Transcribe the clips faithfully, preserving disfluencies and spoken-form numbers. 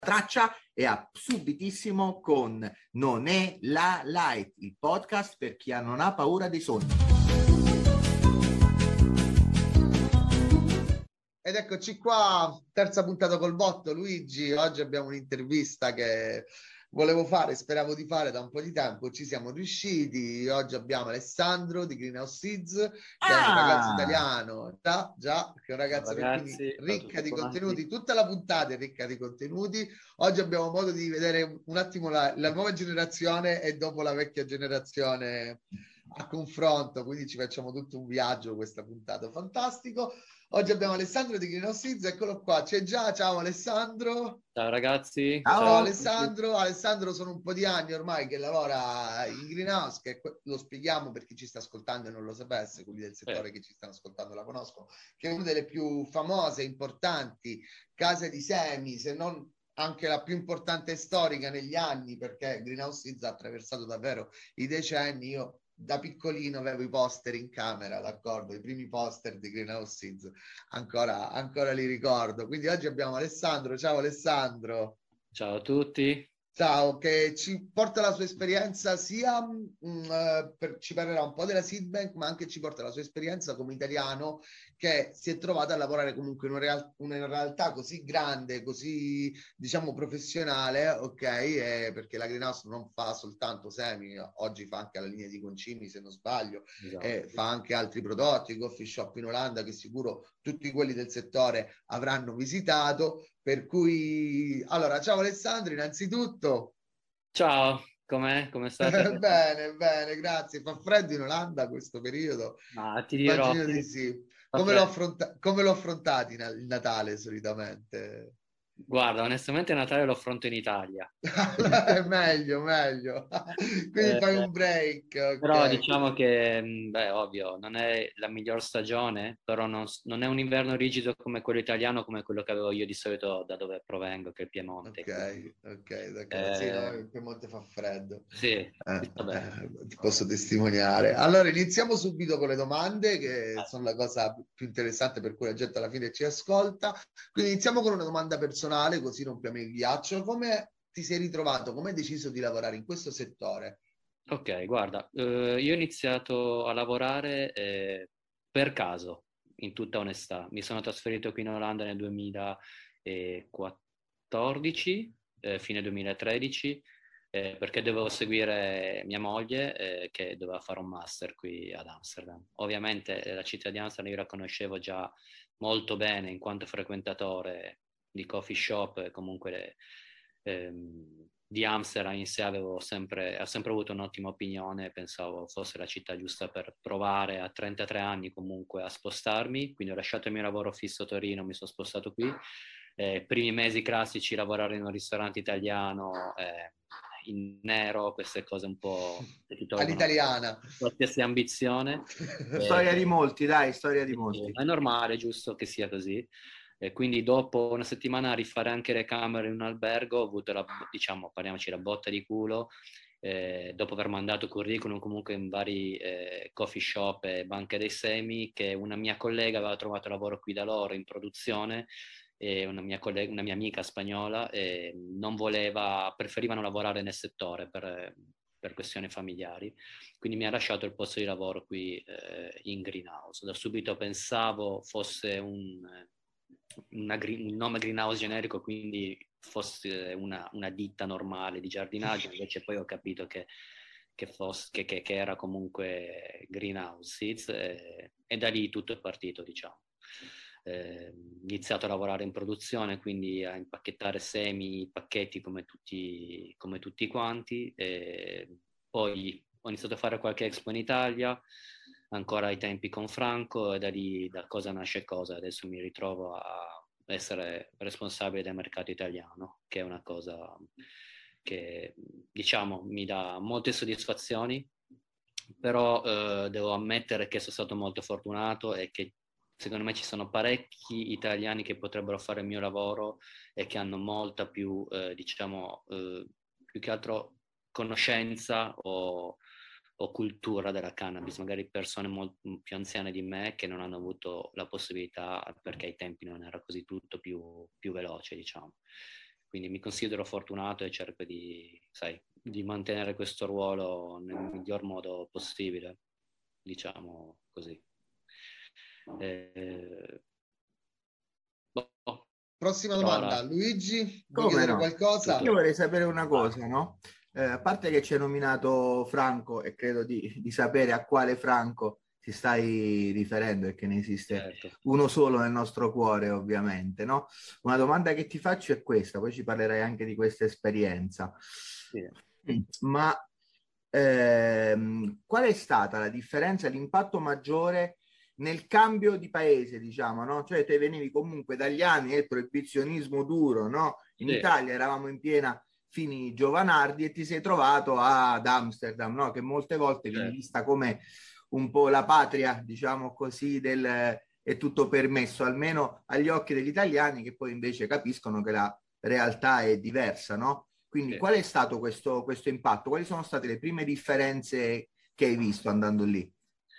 traccia e a subitissimo con Non è la Light, il podcast per chi non ha paura dei sogni. Ed eccoci qua, terza puntata col botto. Luigi, oggi abbiamo un'intervista che volevo fare, speravo di fare da un po' di tempo, ci siamo riusciti. Oggi abbiamo Alessandro di Greenhouse Seeds, che ah! è un ragazzo italiano, già, già, che è un ragazzo ciao ragazzi, che quindi ricca di quanti. contenuti, tutta la puntata è ricca di contenuti. Oggi abbiamo modo di vedere un attimo la, la nuova generazione e dopo la vecchia generazione a confronto, quindi ci facciamo tutto un viaggio questa puntata, fantastico. Oggi abbiamo Alessandro di Greenhouse Seeds, eccolo qua, c'è già, ciao Alessandro. Ciao ragazzi. Ciao, Ciao. Alessandro. Alessandro sono un po' di anni ormai che lavora in Greenhouse, che lo spieghiamo per chi ci sta ascoltando e non lo sapesse, quelli del settore eh. che ci stanno ascoltando la conoscono, che è una delle più famose, importanti case di semi, se non anche la più importante e storica negli anni, perché Greenhouse Seeds ha attraversato davvero i decenni. Io da piccolino avevo i poster in camera, d'accordo? I primi poster di Greenhouse Seeds, ancora, ancora li ricordo. Quindi oggi abbiamo Alessandro. Ciao Alessandro. Ciao a tutti. Ciao, che ci porta la sua esperienza sia, mh, uh, per, ci parlerà un po' della Seedbank, ma anche ci porta la sua esperienza come italiano che si è trovato a lavorare comunque in una, real- una realtà così grande, così diciamo professionale, ok? Eh, perché la Greenhouse non fa soltanto semi, oggi fa anche la linea di concimi se non sbaglio, Esatto. eh, fa anche altri prodotti, coffee shop in Olanda che sicuro tutti quelli del settore avranno visitato. Per cui, allora, ciao Alessandro, innanzitutto. Ciao, com'è? Come state? Bene, bene, grazie. Fa freddo in Olanda questo periodo? Ma ti dirò, Immagino ti... di sì. fa Come lo, freddo. affronta- come lo affrontate in- il Natale solitamente? Guarda, onestamente Natale lo affronto in Italia. Meglio, meglio. Quindi Eh, fai un break, Però ok. diciamo che, mh, beh, ovvio, non è la miglior stagione, però non, s- non è un inverno rigido come quello italiano, come quello che avevo io di solito da dove provengo, che è il Piemonte. Ok, ok, d'accordo. Sì, no, Eh, il Piemonte fa freddo. sì, Eh, sì, va bene. eh, ti posso testimoniare. Allora, iniziamo subito con le domande, che Eh, sono la cosa più interessante per cui la gente alla fine ci ascolta. Quindi iniziamo con una domanda personale, così rompiamo il ghiaccio. Come ti sei ritrovato? Come hai deciso di lavorare in questo settore? Ok, guarda, eh, io ho iniziato a lavorare eh, per caso, in tutta onestà. Mi sono trasferito qui in Olanda nel duemilaquattordici, eh, fine duemilatredici, eh, perché dovevo seguire mia moglie eh, che doveva fare un master qui ad Amsterdam. Ovviamente eh, la città di Amsterdam io la conoscevo già molto bene in quanto frequentatore di coffee shop e comunque ehm, di Amsterdam in sé avevo sempre, ho sempre avuto un'ottima opinione, pensavo fosse la città giusta per provare a trentatré anni comunque a spostarmi, quindi ho lasciato il mio lavoro fisso a Torino, mi sono spostato qui. Eh, primi mesi classici lavorare in un ristorante italiano eh, in nero, queste cose un po' che ti tolgono All'italiana. qualsiasi ambizione. Storia Eh, di molti, dai, storia di sì, molti. è normale, giusto che sia così. E quindi dopo una settimana a rifare anche le camere in un albergo ho avuto la, diciamo, parliamoci, la botta di culo, eh, dopo aver mandato curriculum comunque in vari eh, coffee shop e banche dei semi, che una mia collega aveva trovato lavoro qui da loro in produzione, e una mia, collega, una mia amica spagnola eh, non voleva, preferivano lavorare nel settore per, per questioni familiari, quindi mi ha lasciato il posto di lavoro qui eh, in Greenhouse. Da subito pensavo fosse un, una, un nome Greenhouse generico, quindi fosse una, una ditta normale di giardinaggio, invece poi ho capito che, che, fosse, che, che, che era comunque Greenhouse Seeds eh, e da lì tutto è partito, diciamo. Eh, iniziato a lavorare in produzione, quindi a impacchettare semi, pacchetti come tutti, come tutti quanti. E poi ho iniziato a fare qualche expo in Italia, ancora ai tempi con Franco, e da lì da cosa nasce cosa. Adesso mi ritrovo a essere responsabile del mercato italiano, che è una cosa che diciamo mi dà molte soddisfazioni, però eh, devo ammettere che sono stato molto fortunato e che secondo me ci sono parecchi italiani che potrebbero fare il mio lavoro e che hanno molta più, eh, diciamo, eh, più che altro conoscenza o, o cultura della cannabis, magari persone molto più anziane di me che non hanno avuto la possibilità perché ai tempi non era così tutto più, più veloce, diciamo. quindi mi considero fortunato e cerco di, sai, di mantenere questo ruolo nel miglior modo possibile, diciamo così. Eh, boh. Prossima domanda, Ora, Luigi, vuoi come chiedere no? qualcosa? Io vorrei sapere una cosa, no? Eh, a parte che ci hai nominato Franco e credo di, di sapere a quale Franco ti stai riferendo e che ne esiste certo. uno solo nel nostro cuore, ovviamente, no? Una domanda che ti faccio è questa, poi ci parlerai anche di questa esperienza. Sì. Ma ehm, qual è stata la differenza, l'impatto maggiore nel cambio di paese, diciamo, no? Cioè te venivi comunque dagli anni del proibizionismo duro, no? In Sì. Italia eravamo in piena fini Giovanardi e ti sei trovato ad Amsterdam, no? Che molte volte viene Certo. vista come un po' la patria, diciamo così, del è tutto permesso, almeno agli occhi degli italiani, che poi invece capiscono che la realtà è diversa, no? Quindi Sì. qual è stato questo, questo impatto? Quali sono state le prime differenze che hai visto andando lì?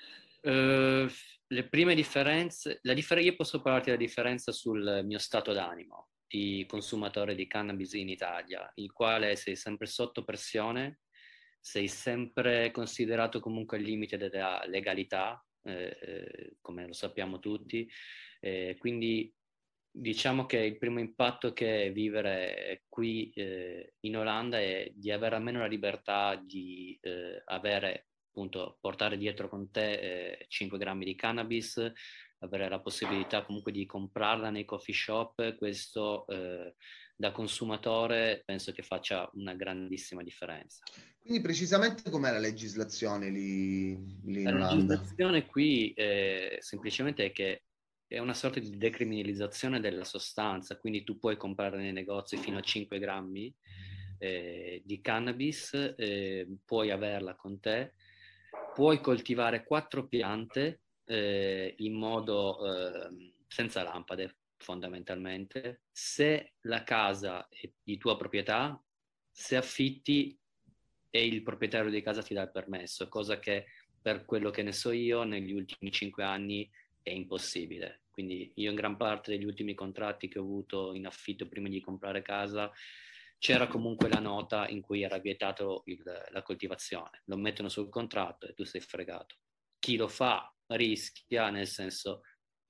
Uh, le prime differenze, la differ- io posso parlarti della differenza sul mio stato d'animo di consumatore di cannabis in Italia, il quale sei sempre sotto pressione, sei sempre considerato comunque al limite della legalità, eh, eh, come lo sappiamo tutti, eh, quindi diciamo che il primo impatto che vivere qui eh, in Olanda è di avere almeno la libertà di eh, avere, appunto, portare dietro con te eh, cinque grammi di cannabis, avere la possibilità comunque di comprarla nei coffee shop. Questo eh, da consumatore penso che faccia una grandissima differenza. Quindi precisamente com'è la legislazione lì, lì in La Olanda? legislazione qui eh, semplicemente è che è una sorta di decriminalizzazione della sostanza, quindi tu puoi comprare nei negozi fino a cinque grammi eh, di cannabis, eh, puoi averla con te, puoi coltivare quattro piante eh, in modo eh, senza lampade fondamentalmente. Se la casa è di tua proprietà, se affitti e il proprietario di casa ti dà il permesso, cosa che per quello che ne so io negli ultimi cinque anni è impossibile. Quindi io in gran parte degli ultimi contratti che ho avuto in affitto prima di comprare casa c'era comunque la nota in cui era vietato il, la coltivazione. Lo mettono sul contratto e tu sei fregato. Chi lo fa rischia, nel senso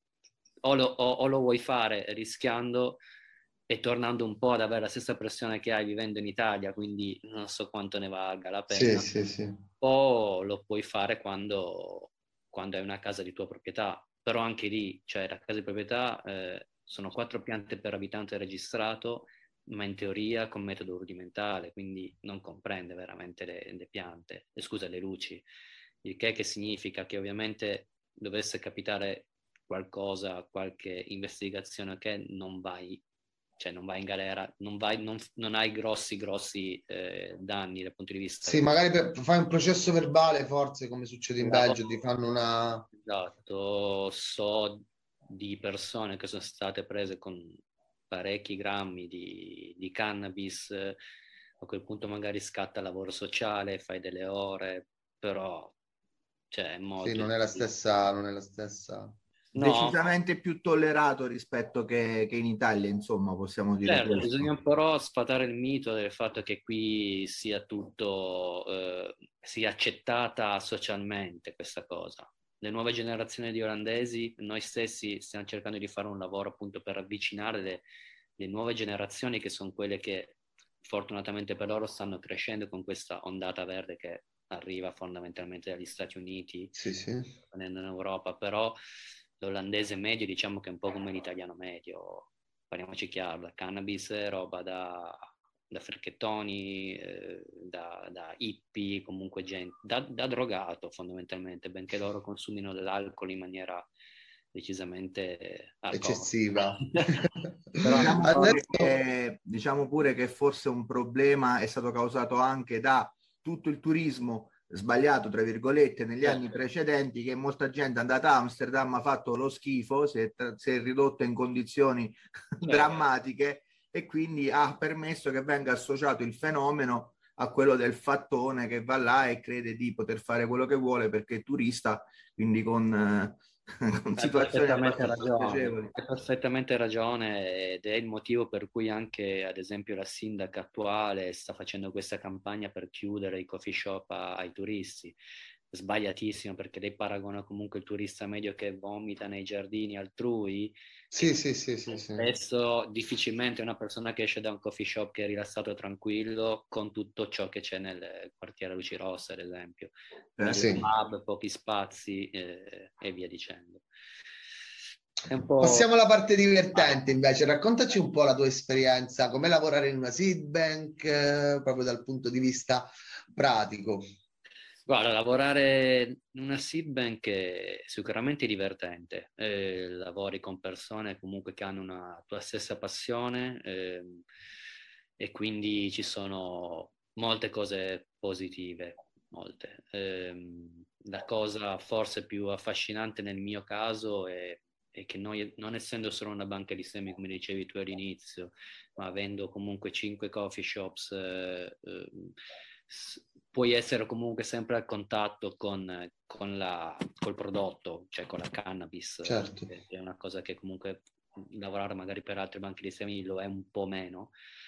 o lo, o, o lo vuoi fare rischiando e tornando un po' ad avere la stessa pressione che hai vivendo in Italia, quindi non so quanto ne valga la pena, Sì, sì, sì. o lo puoi fare quando, quando hai una casa di tua proprietà, però anche lì, cioè la casa di proprietà eh, sono quattro piante per abitante registrato, ma in teoria con metodo rudimentale, quindi non comprende veramente le, le piante, eh, scusa, le luci, il che, che significa che ovviamente dovesse capitare qualcosa, qualche investigazione che non vai, cioè non vai in galera, non, vai, non, non hai grossi, grossi eh, danni dal punto di vista... Sì, magari per, fai un processo verbale, forse, come succede in Belgio, ti fanno una... Esatto, so di persone che sono state prese con parecchi grammi di, di cannabis, a quel punto magari scatta il lavoro sociale, fai delle ore, però cioè, è molto Sì, non è la difficile. stessa, non è la stessa... No, Decisamente più tollerato rispetto che, che in Italia, insomma, possiamo dire certo, questo. bisogna però sfatare il mito del fatto che qui sia tutto, eh, sia accettata socialmente questa cosa. Le nuove generazioni di olandesi, noi stessi stiamo cercando di fare un lavoro appunto per avvicinare le, le nuove generazioni, che sono quelle che fortunatamente per loro stanno crescendo con questa ondata verde che arriva fondamentalmente dagli Stati Uniti, Sì, sì. venendo in Europa, però l'olandese medio diciamo che è un po' come l'italiano medio, parliamoci chiaro, la cannabis è roba da, da fricchettoni, eh, da, da hippie, comunque gente, da, da drogato fondamentalmente, benché loro consumino dell'alcol in maniera decisamente Eccessiva. Però Diciamo pure, Adesso... che, diciamo pure che forse un problema è stato causato anche da tutto il turismo sbagliato, tra virgolette, negli anni precedenti, che molta gente è andata a Amsterdam, ha fatto lo schifo, si è, si è ridotto in condizioni drammatiche e quindi ha permesso che venga associato il fenomeno a quello del fattone che va là e crede di poter fare quello che vuole perché è turista, quindi con... Eh, con Hai situazioni perfettamente abbastanza ragione, spiacevoli. hai perfettamente ragione ed è il motivo per cui anche, ad esempio, la sindaca attuale sta facendo questa campagna per chiudere i coffee shop a- ai turisti. Sbagliatissimo, perché lei paragona comunque il turista medio che vomita nei giardini altrui, Sì, che sì, sì, sì, sì. spesso difficilmente una persona che esce da un coffee shop che è rilassato e tranquillo con tutto ciò che c'è nel quartiere Luci Rosse, ad esempio. Mille Sì. pub, pochi spazi eh, e via dicendo. È un po'... Passiamo alla parte divertente invece, raccontaci un po' la tua esperienza, come lavorare in una seed bank, eh, proprio dal punto di vista pratico. Guarda, lavorare in una seed bank è sicuramente divertente. Eh, lavori con persone comunque che hanno una tua stessa passione ehm, e quindi ci sono molte cose positive, molte. Ehm, la cosa forse più affascinante nel mio caso è, è che noi, non essendo solo una banca di semi, come dicevi tu all'inizio, ma avendo comunque cinque coffee shops, eh, eh, s- puoi essere comunque sempre a contatto con, con la, col prodotto, cioè con la cannabis, Certo. che è una cosa che comunque lavorare magari per altre banche di semi lo è un po' meno.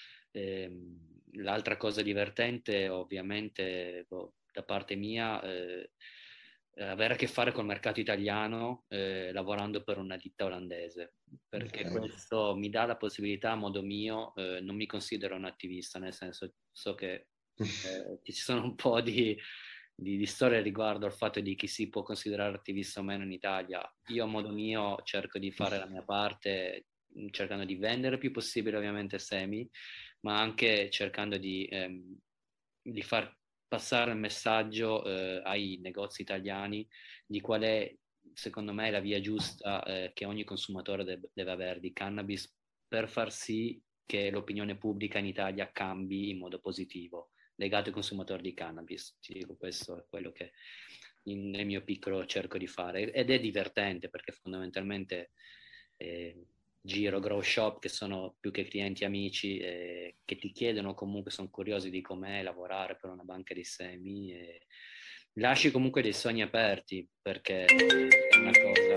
Ehm, l'altra cosa divertente, ovviamente, boh, da parte mia, eh, avere a che fare col mercato italiano eh, lavorando per una ditta olandese, perché Okay. questo mi dà la possibilità a modo mio, eh, non mi considero un attivista, nel senso so che eh, ci sono un po' di, di, di storie riguardo al fatto di chi si può considerare attivista o meno in Italia. Io a modo mio cerco di fare la mia parte cercando di vendere il più possibile ovviamente semi, ma anche cercando di, ehm, di far passare il messaggio eh, ai negozi italiani di qual è, secondo me, la via giusta eh, che ogni consumatore deb- deve avere di cannabis per far sì che l'opinione pubblica in Italia cambi in modo positivo, legato ai consumatori di cannabis. Ti dico, questo è quello che in, nel mio piccolo cerco di fare ed è divertente perché fondamentalmente eh, giro grow shop che sono più che clienti amici eh, che ti chiedono comunque, sono curiosi di com'è lavorare per una banca di semi e lasci comunque dei sogni aperti perché è una cosa,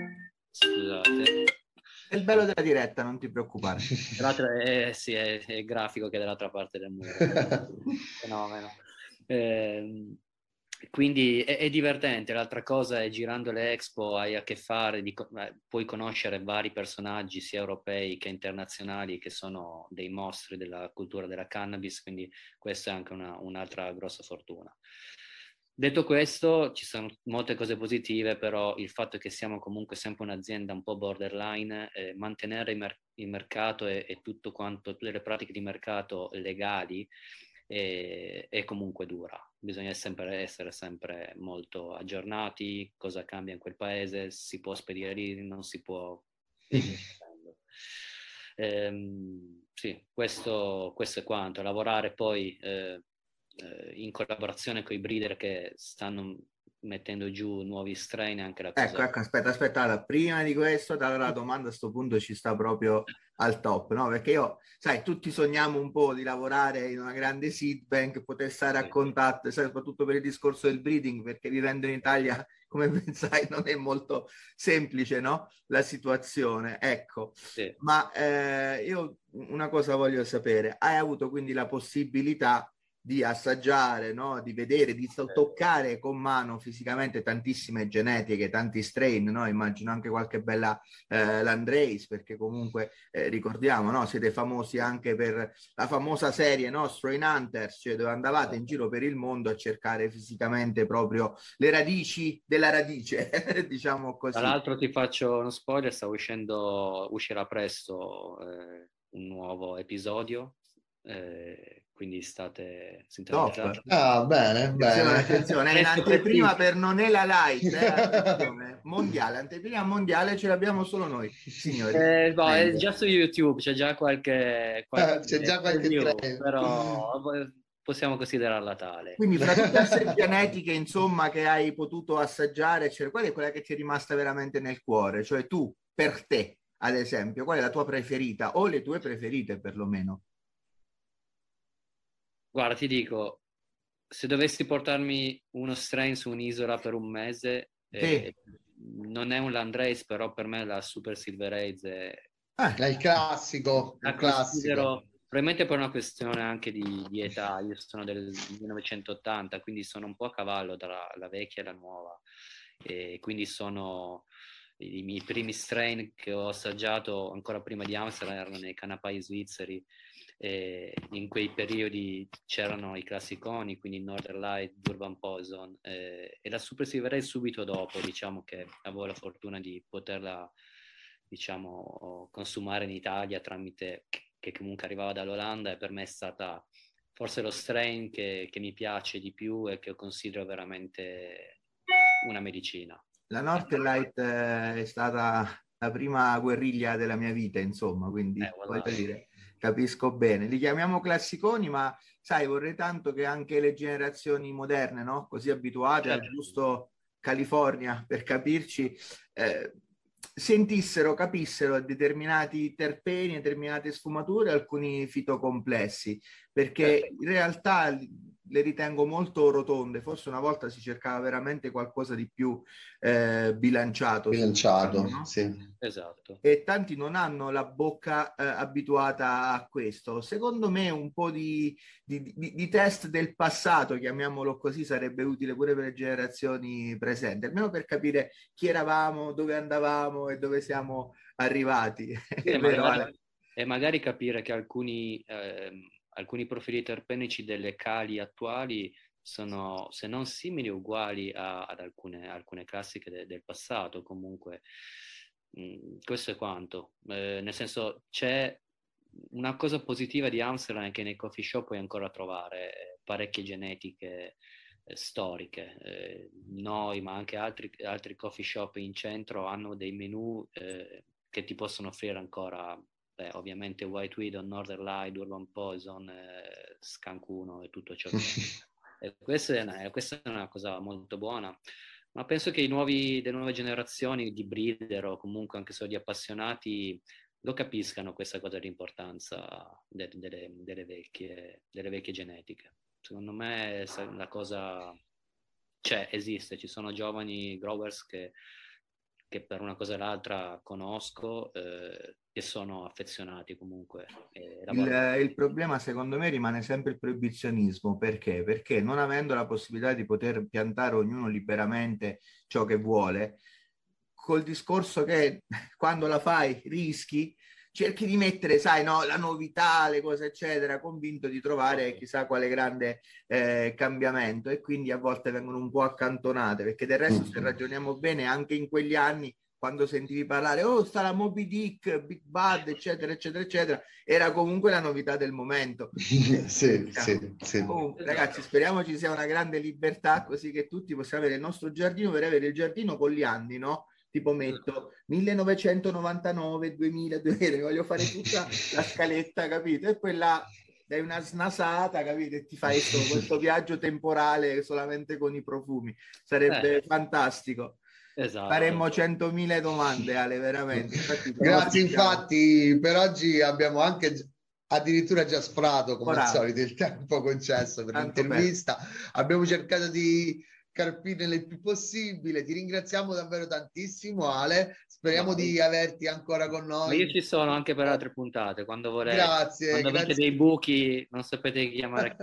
scusate, È il bello della diretta, non ti preoccupare. è, sì, è, è il grafico che è dall'altra parte del muro, fenomeno. Eh, quindi è, è divertente. L'altra cosa è girando le expo hai a che fare, di, eh, puoi conoscere vari personaggi sia europei che internazionali che sono dei mostri della cultura della cannabis, quindi questa è anche una, un'altra grossa fortuna. Detto questo, ci sono molte cose positive, però il fatto che siamo comunque sempre un'azienda un po' borderline, eh, mantenere il, mer- il mercato e, e tutto quanto, tutte le pratiche di mercato legali è, è comunque dura. Bisogna sempre essere sempre molto aggiornati, cosa cambia in quel paese, si può spedire lì, non si può, e via dicendo. Ehm, sì, questo, questo è quanto. Lavorare poi eh, eh, in collaborazione con i breeder che stanno mettendo giù nuovi strain è anche la cosa. Ecco, ecco, aspetta, aspetta, allora, prima di questo, allora, la domanda a questo punto ci sta proprio al top, no? Perché io, sai, tutti sogniamo un po' di lavorare in una grande seed bank, poter stare a contatto, sai, soprattutto per il discorso del breeding, perché vivendo in Italia, come ben sai, non è molto semplice, no? La situazione, ecco. Sì. Ma eh, io una cosa voglio sapere, hai avuto quindi la possibilità di assaggiare, no? Di vedere, di toccare con mano fisicamente tantissime genetiche, tanti strain, no? Immagino anche qualche bella eh, Landrace, perché comunque eh, ricordiamo, no? Siete famosi anche per la famosa serie, no? Strain Hunters, cioè dove andavate in giro per il mondo a cercare fisicamente proprio le radici della radice, diciamo così. Tra l'altro ti faccio uno spoiler, sta uscendo, uscirà presto eh, un nuovo episodio, eh, quindi state sintonizzati. Ah, bene, Attenzione, bene. attenzione, è in Presto, anteprima prestissimo. per Non è la Light, eh, attenzione, mondiale, anteprima mondiale ce l'abbiamo solo noi, signori. Eh, boh, è Meglio. già su YouTube, c'è già qualche, qualche C'è già qualche review, trailer. però possiamo considerarla tale. Quindi fra tutte le genetiche, insomma, che hai potuto assaggiare, cioè, qual è quella che ti è rimasta veramente nel cuore? Cioè tu, per te, ad esempio, qual è la tua preferita o le tue preferite perlomeno? Guarda, ti dico, se dovessi portarmi uno strain su un'isola per un mese, Sì. eh, non è un Landrace, però per me la Super Silver Age è... È il classico, La il classico. Probabilmente per una questione anche di, di età, io sono del millenovecentottanta, quindi sono un po' a cavallo tra la vecchia e la nuova, e quindi sono i miei primi strain che ho assaggiato ancora prima di Amsterdam erano nei canapai svizzeri, e in quei periodi c'erano i classiconi, quindi Northern Light, Durban Poison, eh, e la Super Silver Ale subito dopo, diciamo che avevo la fortuna di poterla, diciamo, consumare in Italia tramite, che comunque arrivava dall'Olanda, e per me è stata forse lo strain che, che mi piace di più e che considero veramente una medicina. La Northern Light eh, è stata la prima guerriglia della mia vita, insomma, quindi Eh, voilà. voglio dire, capisco bene. Li chiamiamo classiconi, ma sai, vorrei tanto che anche le generazioni moderne, no? Così abituate certo. al gusto California, per capirci, eh, sentissero, capissero determinati terpeni, determinate sfumature, alcuni fitocomplessi, perché certo. in realtà le ritengo molto rotonde, forse una volta si cercava veramente qualcosa di più eh, bilanciato. Bilanciato, no? sì. Esatto. E tanti non hanno la bocca eh, abituata a questo. Secondo me un po' di, di, di, di test del passato, chiamiamolo così, sarebbe utile pure per le generazioni presenti, almeno per capire chi eravamo, dove andavamo e dove siamo arrivati. E È vero, magari, Ale? e magari capire che alcuni, eh, alcuni profili terpenici delle cali attuali sono, se non simili, uguali a, ad alcune, alcune classiche de, del passato. Comunque, mh, questo è quanto. Eh, nel senso, c'è una cosa positiva di Amsterdam, è che nei coffee shop puoi ancora trovare parecchie genetiche eh, storiche. Eh, noi, ma anche altri, altri coffee shop in centro hanno dei menù eh, che ti possono offrire ancora, beh, ovviamente White Widow, Northern Light, Urban Poison, eh, Skunk uno e tutto ciò che e questa è, una, questa è una cosa molto buona, ma penso che i nuovi, le nuove generazioni di breeder o comunque anche solo di appassionati lo capiscano, questa cosa dell'importanza de, de, de, delle, vecchie, delle vecchie genetiche. Secondo me la cosa c'è, esiste, ci sono giovani growers che che per una cosa o l'altra conosco, eh, che sono affezionati comunque. Eh, Il, il problema secondo me rimane sempre il proibizionismo. Perché? Perché non avendo la possibilità di poter piantare ognuno liberamente ciò che vuole, col discorso che quando la fai rischi, cerchi di mettere, sai, no, la novità, le cose eccetera, convinto di trovare chissà quale grande eh, cambiamento, e quindi a volte vengono un po' accantonate, perché del resto, se ragioniamo bene, anche in quegli anni, quando sentivi parlare, oh, sta la Moby Dick, Big Bad, eccetera, eccetera, eccetera, era comunque la novità del momento. sì, sì, sì. Comunque, ragazzi, speriamo ci sia una grande libertà, così che tutti possiamo avere il nostro giardino, per avere il giardino con gli anni, no? Tipo metto millenovecentonovantanove, duemila, duemila, voglio fare tutta la scaletta, capito? E poi là dai una snasata, capito? E ti fai questo, questo viaggio temporale solamente con i profumi. Sarebbe eh. fantastico. Esatto. Faremmo centomila domande, Ale, veramente. Infatti, Grazie, infatti, per oggi abbiamo anche addirittura già sfrato, come Ora, al solito, il tempo concesso per l'intervista. Per... Abbiamo cercato di carpire il più possibile. Ti ringraziamo davvero tantissimo, Ale. Speriamo no. di averti ancora con noi. Ma io ci sono anche per altre puntate, quando volete. Grazie. Quando grazie. avete dei buchi, non sapete chi chiamare.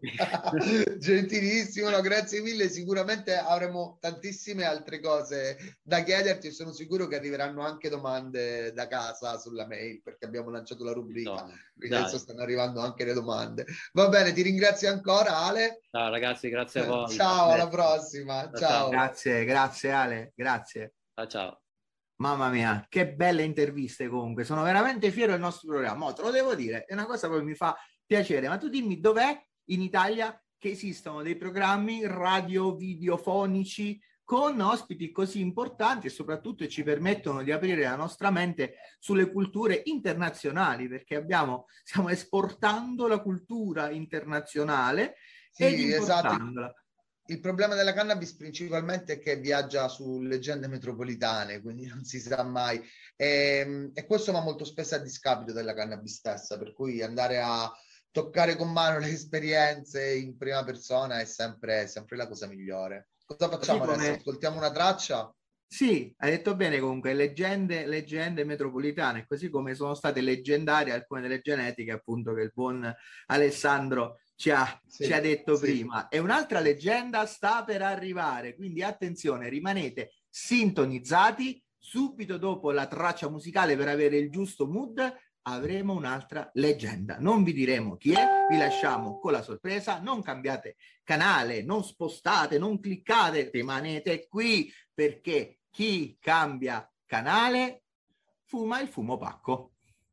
Gentilissimo, no, grazie mille. Sicuramente avremo tantissime altre cose da chiederti e sono sicuro che arriveranno anche domande da casa sulla mail, perché abbiamo lanciato la rubrica. No. Quindi adesso stanno arrivando anche le domande. Va bene, ti ringrazio ancora, Ale. Ciao ragazzi, grazie a voi. Ciao, alla prossima. Ciao. ciao. Grazie, grazie Ale, grazie. Ciao, ciao. Mamma mia, che belle interviste comunque, sono veramente fiero del nostro programma. Oh, te lo devo dire, è una cosa che mi fa piacere, ma tu dimmi dov'è in Italia che esistono dei programmi radio videofonici con ospiti così importanti e soprattutto ci permettono di aprire la nostra mente sulle culture internazionali, perché abbiamo, stiamo esportando la cultura internazionale sì, ed importandola. Esatto. Il problema della cannabis principalmente è che viaggia su leggende metropolitane, quindi non si sa mai. E, e questo va molto spesso a discapito della cannabis stessa, per cui andare a toccare con mano le esperienze in prima persona è sempre, sempre la cosa migliore. Cosa facciamo adesso? Ascoltiamo una traccia? Sì, hai detto bene comunque, leggende, leggende metropolitane, così come sono state leggendarie alcune delle genetiche appunto che il buon Alessandro ci ha, Sì, ci ha detto sì. prima. E un'altra leggenda sta per arrivare, quindi attenzione, rimanete sintonizzati, subito dopo la traccia musicale per avere il giusto mood avremo un'altra leggenda. Non vi diremo chi è, vi lasciamo con la sorpresa, non cambiate canale, non spostate, non cliccate, rimanete qui perché chi cambia canale fuma il fumo pacco.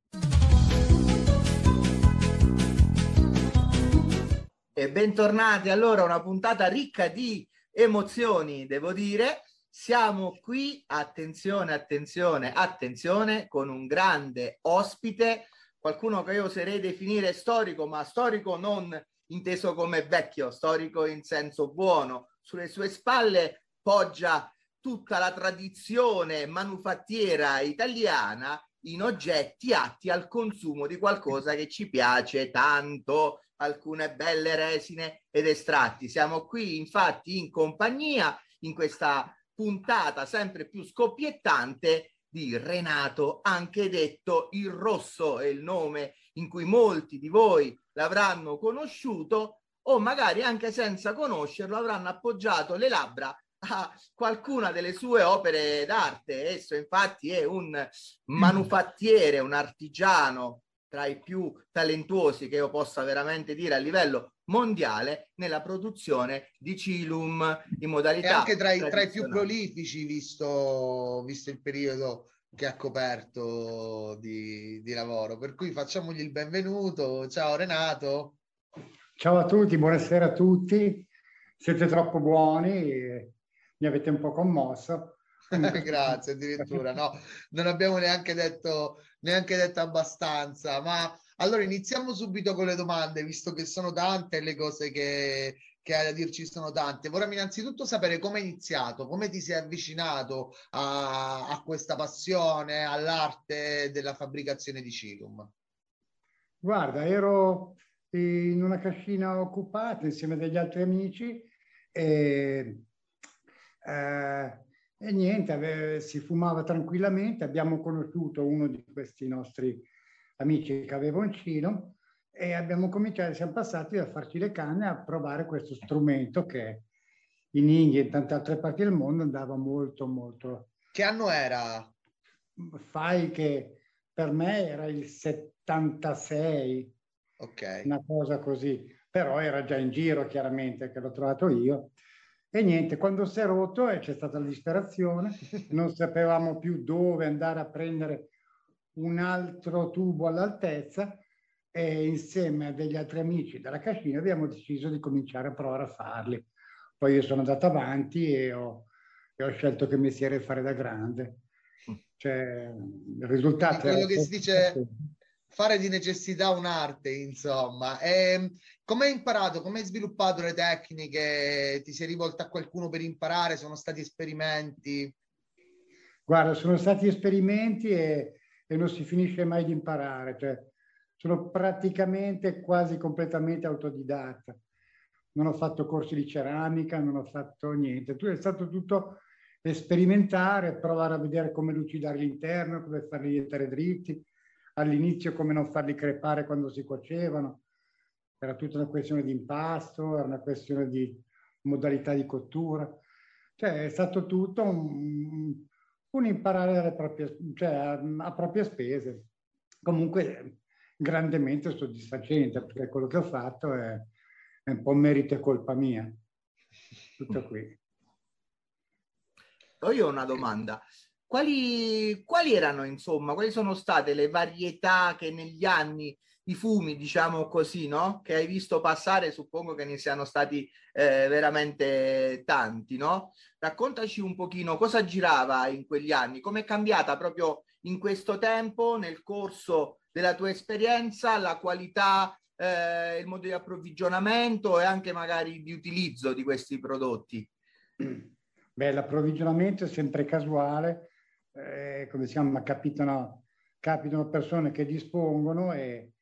E bentornati allora a una puntata ricca di emozioni, devo dire. Siamo qui, attenzione, attenzione, attenzione, con un grande ospite, qualcuno che io oserei definire storico, ma storico non inteso come vecchio, storico in senso buono. Sulle sue spalle poggia tutta la tradizione manufattiera italiana in oggetti atti al consumo di qualcosa che ci piace tanto, alcune belle resine ed estratti. Siamo qui infatti in compagnia in questa puntata sempre più scoppiettante di Renato, anche detto il Rosso, è il nome in cui molti di voi l'avranno conosciuto o magari anche senza conoscerlo avranno appoggiato le labbra a qualcuna delle sue opere d'arte. Esso infatti è un manufattiere, un artigiano tra i più talentuosi che io possa veramente dire a livello mondiale nella produzione di Cilum in modalità e anche tra i, tra i più prolifici visto, visto il periodo che ha coperto di, di lavoro, per cui facciamogli il benvenuto. Ciao Renato. Ciao a tutti, buonasera a tutti, siete troppo buoni, mi avete un po' commosso. Grazie, addirittura, no, non abbiamo neanche detto, neanche detto abbastanza, ma allora iniziamo subito con le domande, visto che sono tante e le cose che, che hai da dirci sono tante. Vorremmo innanzitutto sapere come hai iniziato, come ti sei avvicinato a, a questa passione, all'arte della fabbricazione di Cilum. Guarda, ero in una cascina occupata insieme a degli altri amici e... Eh, E niente, ave- si fumava tranquillamente. Abbiamo conosciuto uno di questi nostri amici che aveva un cino e abbiamo cominciato, siamo passati da farci le canne a provare questo strumento che in India e in tante altre parti del mondo andava molto, molto. Che anno era? Fai che per me era il settantasei, Ok. una cosa così, però era già in giro chiaramente che l'ho trovato io. E niente, quando si è rotto e c'è stata la disperazione, non sapevamo più dove andare a prendere un altro tubo all'altezza e insieme a degli altri amici della cascina abbiamo deciso di cominciare a provare a farli. Poi io sono andato avanti e ho, e ho scelto che mestiere fare da grande. Cioè, il risultato Quindi quello era... che si dice fare di necessità un'arte, insomma. E come hai imparato, come hai sviluppato le tecniche? Ti sei rivolta a qualcuno per imparare? Sono stati esperimenti? Guarda, sono stati esperimenti e, e non si finisce mai di imparare. Cioè, sono praticamente quasi completamente autodidatta. Non ho fatto corsi di ceramica, non ho fatto niente. Tu è stato tutto sperimentare, provare a vedere come lucidare l'interno, come farli diventare dritti. All'inizio come non farli crepare quando si cuocevano. Era tutta una questione di impasto, era una questione di modalità di cottura. Cioè è stato tutto un, un imparare alle proprie, cioè a, a proprie spese. Comunque grandemente soddisfacente, perché quello che ho fatto è, è un po' merito e colpa mia. Tutto qui. Io ho una domanda. Quali, quali erano, insomma, quali sono state le varietà che negli anni, i fumi, diciamo così, no? Che hai visto passare, suppongo che ne siano stati eh, veramente tanti, no? Raccontaci un pochino cosa girava in quegli anni, come è cambiata proprio in questo tempo, nel corso della tua esperienza, la qualità, eh, il modo di approvvigionamento e anche magari di utilizzo di questi prodotti. Beh, l'approvvigionamento è sempre casuale, eh, come si chiama, capitano, capitano persone che dispongono e,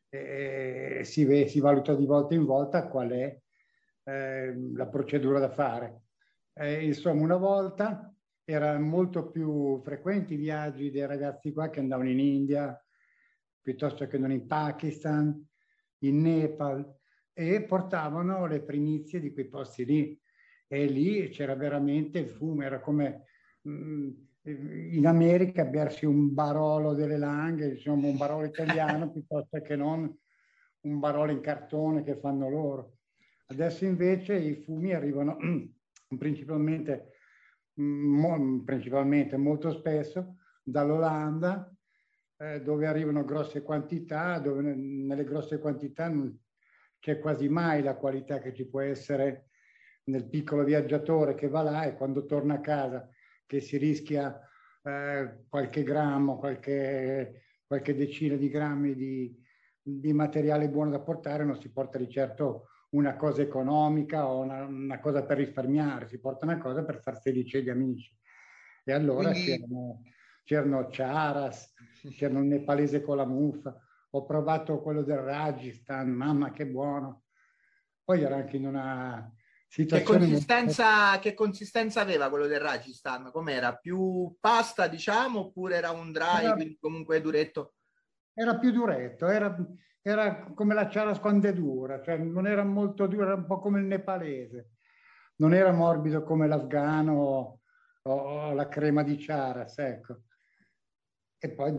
e si, si valuta di volta in volta qual è eh, la procedura da fare. Eh, insomma, una volta erano molto più frequenti i viaggi dei ragazzi qua che andavano in India, piuttosto che non in Pakistan, in Nepal, e portavano le primizie di quei posti lì. E lì c'era veramente il fumo, era come mh, in America bersi un Barolo delle Langhe, insomma un Barolo italiano, piuttosto che non un Barolo in cartone che fanno loro. Adesso invece i fumi arrivano principalmente, mo, principalmente molto spesso dall'Olanda, eh, dove arrivano grosse quantità, dove nelle grosse quantità non c'è quasi mai la qualità che ci può essere nel piccolo viaggiatore che va là e quando torna a casa che si rischia eh, qualche grammo, qualche, qualche decina di grammi di, di materiale buono da portare, non si porta di certo una cosa economica o una, una cosa per risparmiare, si porta una cosa per far felice gli amici. E allora Quindi... c'erano, c'erano charas, c'erano il nepalese con la muffa, ho provato quello del Rajasthan, mamma che buono. Poi era anche in una situazione... Che consistenza, molto... che consistenza aveva quello del Rajasthan? Com'era? Più pasta, diciamo, oppure era un dry, era, quindi comunque duretto? Era più duretto, era, era come la charas quando è dura, cioè non era molto dura, era un po' come il nepalese. Non era morbido come l'afgano o, o la crema di charas, ecco. E poi...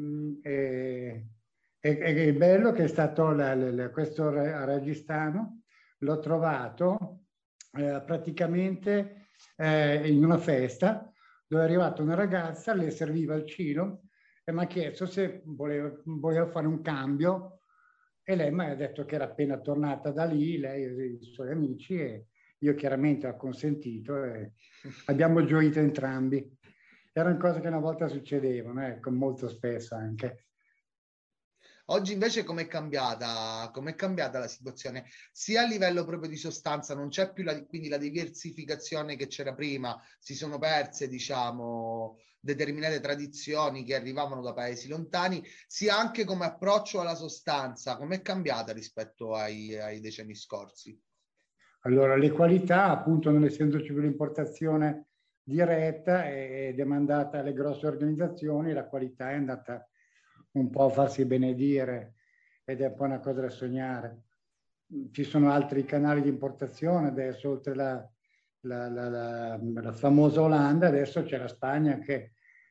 Eh, E, e il bello che è stato la, la, questo ragistano, l'ho trovato eh, praticamente eh, in una festa dove è arrivata una ragazza, le serviva il cibo e mi ha chiesto se voleva, voleva fare un cambio e lei mi ha detto che era appena tornata da lì, lei e i suoi amici, e io chiaramente ho consentito e abbiamo gioito entrambi. Erano cose che una volta succedevano, ecco, molto spesso anche. Oggi invece com'è cambiata, com'è cambiata la situazione? Sia a livello proprio di sostanza, non c'è più la, quindi la diversificazione che c'era prima, si sono perse, diciamo, determinate tradizioni che arrivavano da paesi lontani, sia anche come approccio alla sostanza, com'è cambiata rispetto ai, ai decenni scorsi? Allora, le qualità, appunto, non essendoci più l'importazione diretta e demandata alle grosse organizzazioni, la qualità è andata un po' a farsi benedire ed è un po' una cosa da sognare. Ci sono altri canali di importazione adesso, oltre la, la, la, la, la famosa Olanda, adesso c'è la Spagna che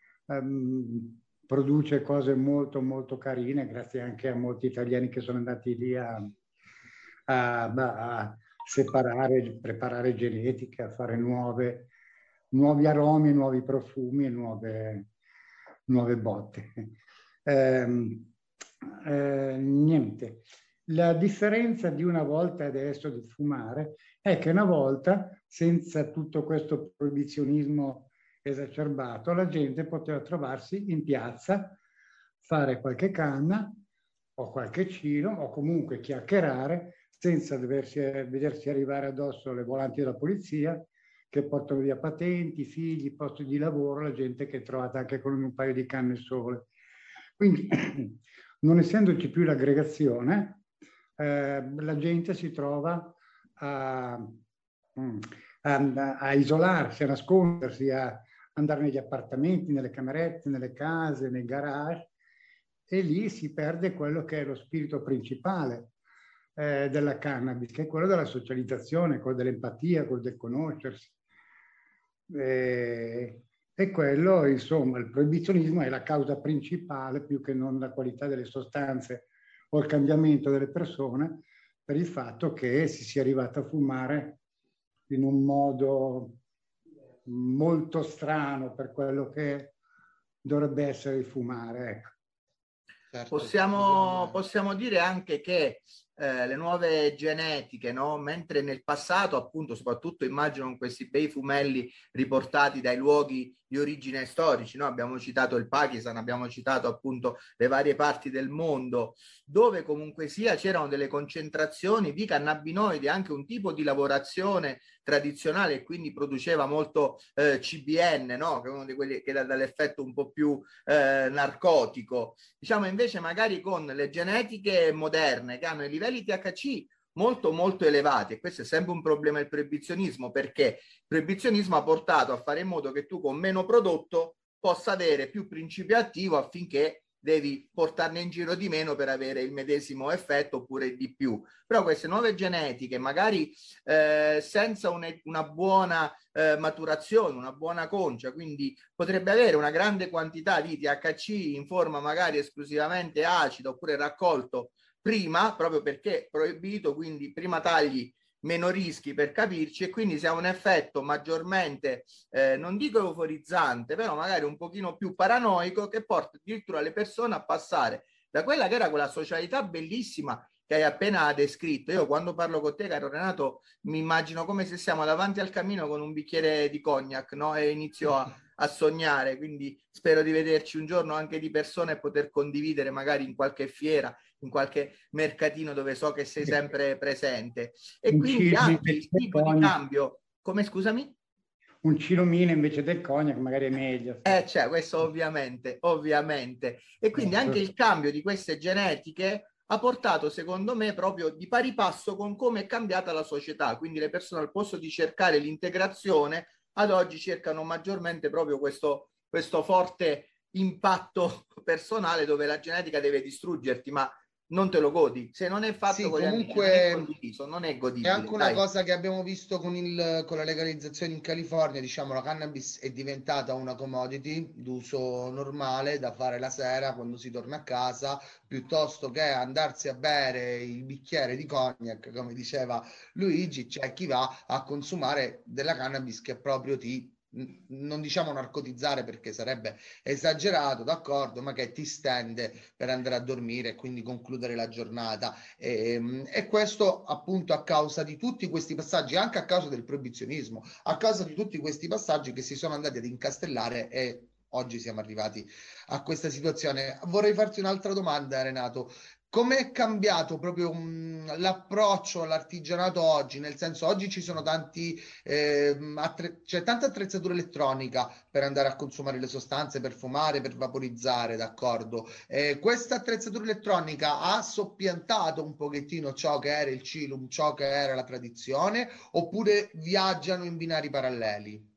um, produce cose molto molto carine, grazie anche a molti italiani che sono andati lì a, a, a separare, preparare genetica, a fare nuove, nuovi aromi, nuovi profumi e nuove, nuove botte. Eh, eh, niente. La differenza di una volta e adesso di fumare è che una volta, senza tutto questo proibizionismo esacerbato, la gente poteva trovarsi in piazza, fare qualche canna o qualche cino o comunque chiacchierare senza doversi, vedersi arrivare addosso le volanti della polizia che portano via patenti, figli, posti di lavoro, la gente che è trovata anche con un paio di canne sole. Quindi, non essendoci più l'aggregazione, eh, la gente si trova a, a, a isolarsi, a nascondersi, a andare negli appartamenti, nelle camerette, nelle case, nei garage, e lì si perde quello che è lo spirito principale eh, della cannabis, che è quello della socializzazione, quello dell'empatia, quello del conoscersi. Eh, E quello, insomma, il proibizionismo è la causa principale, più che non la qualità delle sostanze o il cambiamento delle persone, per il fatto che si sia arrivato a fumare in un modo molto strano per quello che dovrebbe essere il fumare. Ecco. Certo, possiamo, possiamo dire anche che eh, le nuove genetiche, no? Mentre nel passato, appunto, soprattutto immagino con questi bei fumelli riportati dai luoghi di origine storici, no? Abbiamo citato il Pakistan, abbiamo citato appunto le varie parti del mondo, dove comunque sia c'erano delle concentrazioni di cannabinoidi, anche un tipo di lavorazione tradizionale e quindi produceva molto eh, C B N, no? Che è uno di quelli che dà dall'effetto un po' più eh, narcotico. Diciamo invece magari con le genetiche moderne che hanno i livelli T H C molto molto elevati, e questo è sempre un problema del proibizionismo, perché il proibizionismo ha portato a fare in modo che tu con meno prodotto possa avere più principio attivo, affinché devi portarne in giro di meno per avere il medesimo effetto oppure di più. Però queste nuove genetiche, magari eh, senza una, una buona eh, maturazione, una buona concia, quindi potrebbe avere una grande quantità di T H C in forma magari esclusivamente acida oppure raccolto prima, proprio perché è proibito, quindi prima tagli meno rischi, per capirci, e quindi si ha un effetto maggiormente, eh, non dico euforizzante, però magari un pochino più paranoico, che porta addirittura le persone a passare da quella che era quella socialità bellissima che hai appena descritto. Io quando parlo con te, caro Renato, mi immagino come se siamo davanti al camino con un bicchiere di cognac, no? E inizio a, a sognare, quindi spero di vederci un giorno anche di persona e poter condividere magari in qualche fiera, in qualche mercatino dove so che sei sempre presente. E un quindi anche il tipo di cognac. cambio, come scusami? Un cilomino invece del cognac magari è meglio. Eh, cioè, questo ovviamente, ovviamente. E quindi anche il cambio di queste genetiche ha portato, secondo me, proprio di pari passo con come è cambiata la società. Quindi le persone, al posto di cercare l'integrazione, ad oggi cercano maggiormente proprio questo, questo forte impatto personale, dove la genetica deve distruggerti, ma non te lo godi. Se non è fatto Sì, con comunque, gli amici, non è condiviso, non è godibile. è anche una dai. cosa che abbiamo visto con, il, con la legalizzazione in California. Diciamo, la cannabis è diventata una commodity d'uso normale da fare la sera quando si torna a casa, piuttosto che andarsi a bere il bicchiere di cognac, come diceva Luigi. C'è chi va a consumare della cannabis che proprio ti, non diciamo narcotizzare perché sarebbe esagerato, d'accordo, ma che ti stende per andare a dormire e quindi concludere la giornata. E, e questo appunto a causa di tutti questi passaggi, anche a causa del proibizionismo, a causa di tutti questi passaggi che si sono andati ad incastellare, e oggi siamo arrivati a questa situazione. Vorrei farti un'altra domanda, Renato. Come è cambiato proprio um, l'approccio all'artigianato oggi? Nel senso, oggi ci sono tanti, eh, attre- c'è tanta attrezzatura elettronica per andare a consumare le sostanze, per fumare, per vaporizzare, d'accordo? Eh, questa attrezzatura elettronica ha soppiantato un pochettino ciò che era il Cilum, ciò che era la tradizione, oppure viaggiano in binari paralleli?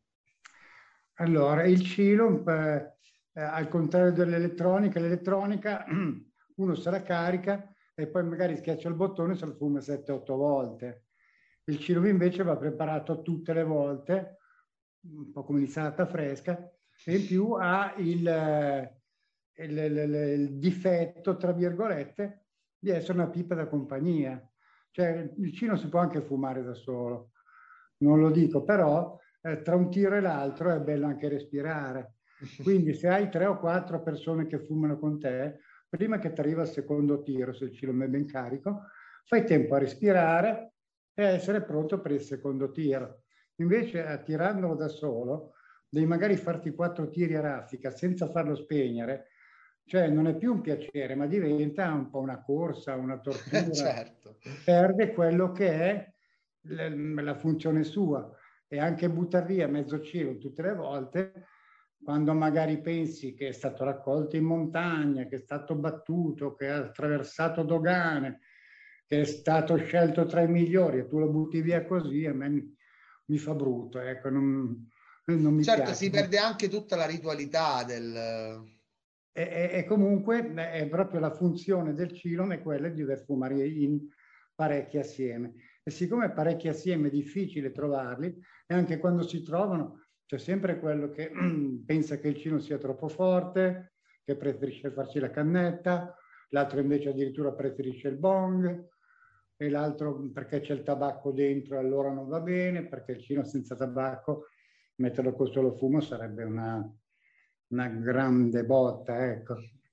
Allora, il Cilum, eh, eh, al contrario dell'elettronica, l'elettronica uno se la carica e poi magari schiaccia il bottone e se lo fuma sette otto volte. Il Cilum invece va preparato tutte le volte, un po' come l'insalata fresca, e in più ha il, il, il, il difetto, tra virgolette, di essere una pipa da compagnia. Cioè il Cilum si può anche fumare da solo, non lo dico, però eh, tra un tiro e l'altro è bello anche respirare. Quindi se hai tre o quattro persone che fumano con te, prima che ti arriva il secondo tiro, se il Cilum è ben carico, fai tempo a respirare e a essere pronto per il secondo tiro. Invece, eh, tirandolo da solo, devi magari farti quattro tiri a raffica senza farlo spegnere, cioè non è più un piacere, ma diventa un po' una corsa, una tortura. Certo. Perde quello che è la, la funzione sua. E anche buttare via mezzo Cilum tutte le volte, quando magari pensi che è stato raccolto in montagna, che è stato battuto, che ha attraversato dogane, che è stato scelto tra i migliori, e tu lo butti via così, a me mi, mi fa brutto, ecco, non, non mi certo, piace. si perde anche tutta la ritualità del... E, e, e comunque è proprio la funzione del Cilum è quella di dover fumare in parecchi assieme. E siccome parecchi assieme è difficile trovarli, e anche quando si trovano c'è sempre quello che pensa che il Cilum sia troppo forte, che preferisce farci la cannetta, l'altro invece addirittura preferisce il bong, e l'altro perché c'è il tabacco dentro allora non va bene, perché il Cilum senza tabacco, metterlo col solo fumo sarebbe una, una grande botta, ecco.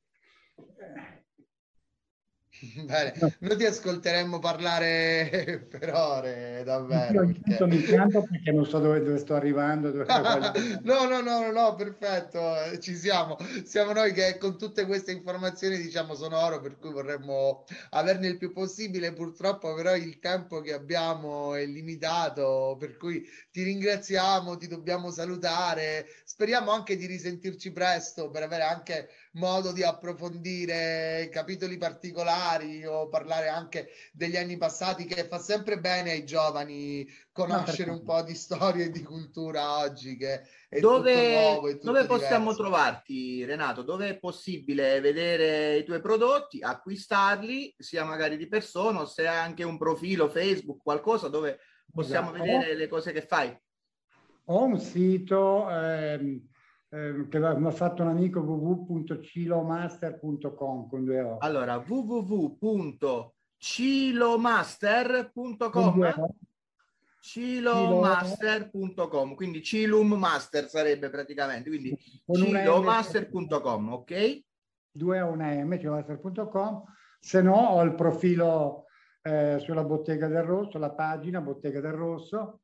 Bene, noi ti ascolteremmo parlare per ore, davvero. Io Perché... mi pianto perché non so dove, dove sto arrivando. Dove no, no, no, no, no, perfetto, ci siamo. Siamo noi che con tutte queste informazioni, diciamo, sono oro, per cui vorremmo averne il più possibile. Purtroppo però il tempo che abbiamo è limitato, per cui ti ringraziamo, ti dobbiamo salutare. Speriamo anche di risentirci presto per avere anche modo di approfondire capitoli particolari o parlare anche degli anni passati, che fa sempre bene ai giovani conoscere un po' di storia e di cultura oggi, che è dove, tutto nuovo, è tutto dove possiamo diverso. trovarti, Renato? Dove è possibile vedere i tuoi prodotti, acquistarli, sia magari di persona, o se hai anche un profilo Facebook, qualcosa dove possiamo Esatto. vedere le cose che fai? Ho un sito ehm, ehm, che mi ha fatto un amico, w w w punto cilomaster punto com con due O. Allora, w w w punto cilomaster punto Con due com, O. cilomaster punto com, quindi Cilum Master sarebbe praticamente, quindi con una cilomaster punto com, ok? due a una M, cilomaster punto com. Se no ho il profilo eh, sulla Bottega del Rosso, la pagina Bottega del Rosso.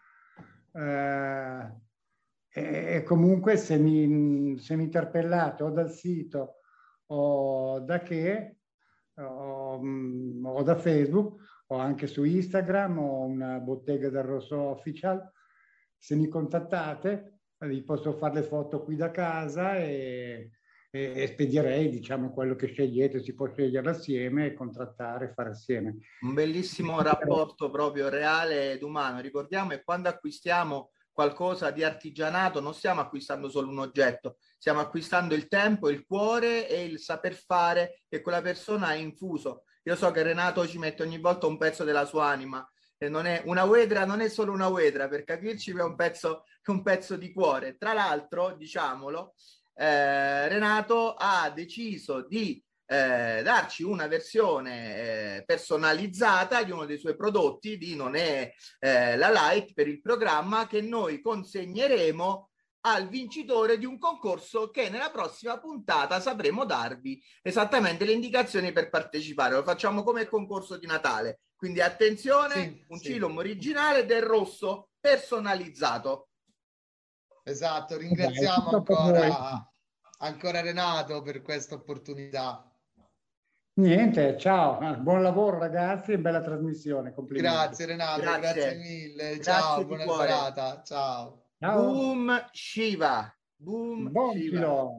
Eh, e comunque se mi, se mi interpellate o dal sito o da che o, o da Facebook o anche su Instagram o una Bottega del Rosso Official, se mi contattate vi posso fare le foto qui da casa e, e, e spedirei, diciamo, quello che scegliete, si può scegliere assieme e contrattare e fare assieme. Un bellissimo rapporto proprio reale ed umano. Ricordiamo che quando acquistiamo qualcosa di artigianato non stiamo acquistando solo un oggetto, stiamo acquistando il tempo, il cuore e il saper fare che quella persona ha infuso. Io so che Renato ci mette ogni volta un pezzo della sua anima, e non è una uedra, non è solo una uedra, per capirci è un pezzo, un pezzo di cuore. Tra l'altro, diciamolo, eh, Renato ha deciso di Eh, darci una versione eh, personalizzata di uno dei suoi prodotti, di Non è eh, la Light, per il programma che noi consegneremo al vincitore di un concorso che nella prossima puntata sapremo darvi esattamente le indicazioni per partecipare. Lo facciamo come il concorso di Natale, quindi attenzione, Sì, un sì. Cilum originale del rosso personalizzato. Esatto, ringraziamo ancora, ancora Renato per questa opportunità. Niente, ciao, buon lavoro ragazzi e bella trasmissione, complimenti. Grazie Renato, grazie, grazie mille, grazie ciao, buona cuore. serata, ciao. Ciao. Boom Shiva, boom Buon Shiva.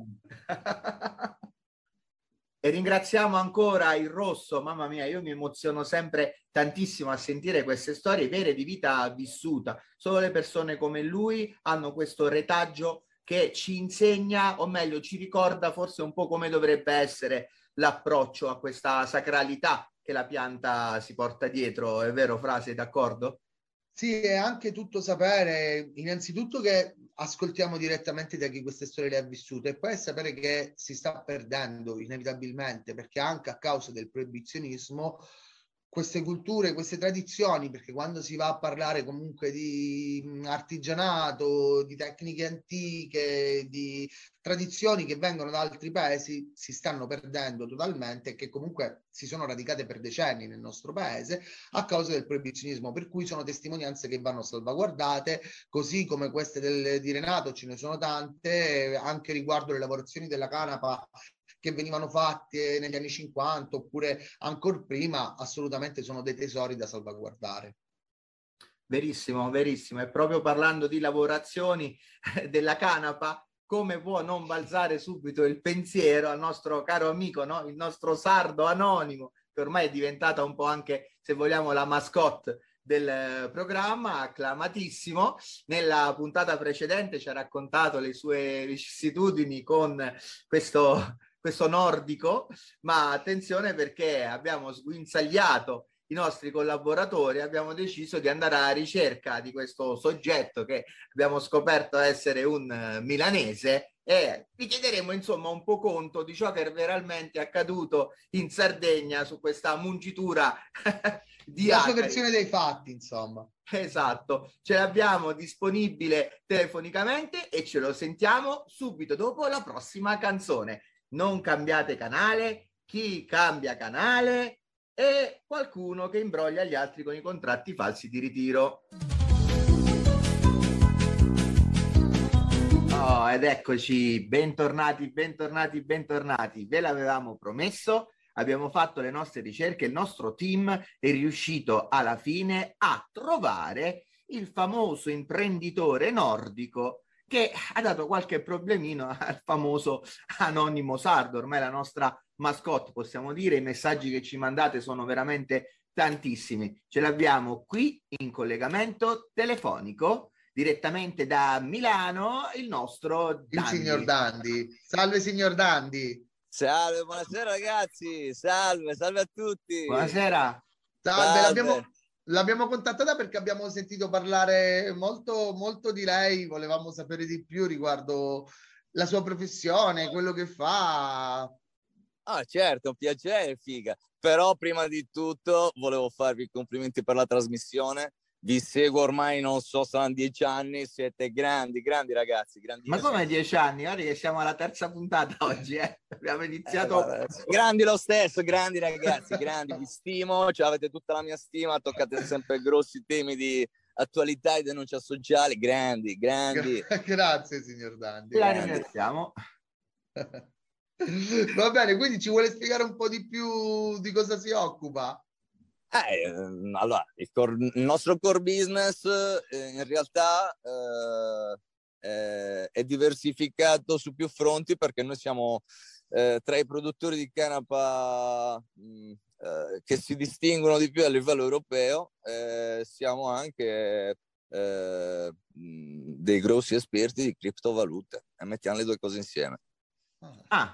E ringraziamo ancora il Rosso, mamma mia, io mi emoziono sempre tantissimo a sentire queste storie vere di vita vissuta. Solo le persone come lui hanno questo retaggio che ci insegna, o meglio ci ricorda forse un po' come dovrebbe essere l'approccio a questa sacralità che la pianta si porta dietro. È vero, Fra, sei d'accordo? Sì, è anche tutto sapere, innanzitutto, che ascoltiamo direttamente da chi queste storie le ha vissute, e poi è sapere che si sta perdendo inevitabilmente, perché anche a causa del proibizionismo queste culture, queste tradizioni, perché quando si va a parlare comunque di artigianato, di tecniche antiche, di tradizioni che vengono da altri paesi, si stanno perdendo totalmente, che comunque si sono radicate per decenni nel nostro paese a causa del proibizionismo, per cui sono testimonianze che vanno salvaguardate, così come queste del, di Renato ce ne sono tante, anche riguardo le lavorazioni della canapa che venivano fatte negli anni cinquanta oppure ancora prima, assolutamente sono dei tesori da salvaguardare. Verissimo, verissimo. E proprio parlando di lavorazioni della canapa, come può non balzare subito il pensiero al nostro caro amico, no? Il nostro sardo anonimo, che ormai è diventata un po' anche, se vogliamo, la mascotte del programma, acclamatissimo. Nella puntata precedente ci ha raccontato le sue vicissitudini con questo, questo nordico, ma attenzione perché abbiamo sguinzagliato i nostri collaboratori, abbiamo deciso di andare alla ricerca di questo soggetto che abbiamo scoperto essere un milanese, e vi chiederemo insomma un po' conto di ciò che è veramente accaduto in Sardegna su questa mungitura di la sua acari. versione dei fatti, insomma. Esatto, ce l'abbiamo disponibile telefonicamente e ce lo sentiamo subito dopo la prossima canzone. Non cambiate canale, chi cambia canale e qualcuno che imbroglia gli altri con i contratti falsi di ritiro. Oh, ed eccoci, bentornati, bentornati, bentornati. Ve l'avevamo promesso, abbiamo fatto le nostre ricerche, il nostro team è riuscito alla fine a trovare il famoso imprenditore nordico che ha dato qualche problemino al famoso anonimo sardo, ormai la nostra mascotte, possiamo dire. I messaggi che ci mandate sono veramente tantissimi. Ce l'abbiamo qui in collegamento telefonico direttamente da Milano, il nostro il Dandi. signor Dandi. Salve signor Dandi. Salve, buonasera ragazzi, salve, salve a tutti. Buonasera. Salve, Salve. l'abbiamo, l'abbiamo contattata perché abbiamo sentito parlare molto, molto di lei, volevamo sapere di più riguardo la sua professione, quello che fa. Ah, certo, un piacere, figa. Però prima di tutto volevo farvi i complimenti per la trasmissione. Vi seguo ormai, non so, saranno dieci anni, siete grandi, grandi ragazzi. Ma come dieci anni? Guarda che siamo alla terza puntata oggi, eh? Abbiamo iniziato... Eh, grandi lo stesso, grandi ragazzi, grandi, vi stimo, cioè, avete tutta la mia stima, toccate sempre grossi temi di attualità e denuncia sociale, grandi, grandi. Grazie signor Dandi. La ringraziamo. Va bene, quindi ci vuole spiegare un po' di più di cosa si occupa? Eh, allora, il, core, il nostro core business eh, in realtà eh, eh, è diversificato su più fronti, perché noi siamo eh, tra i produttori di canapa mh, eh, che si distinguono di più a livello europeo. Eh, siamo anche eh, mh, dei grossi esperti di criptovalute, e mettiamo le due cose insieme. Ah,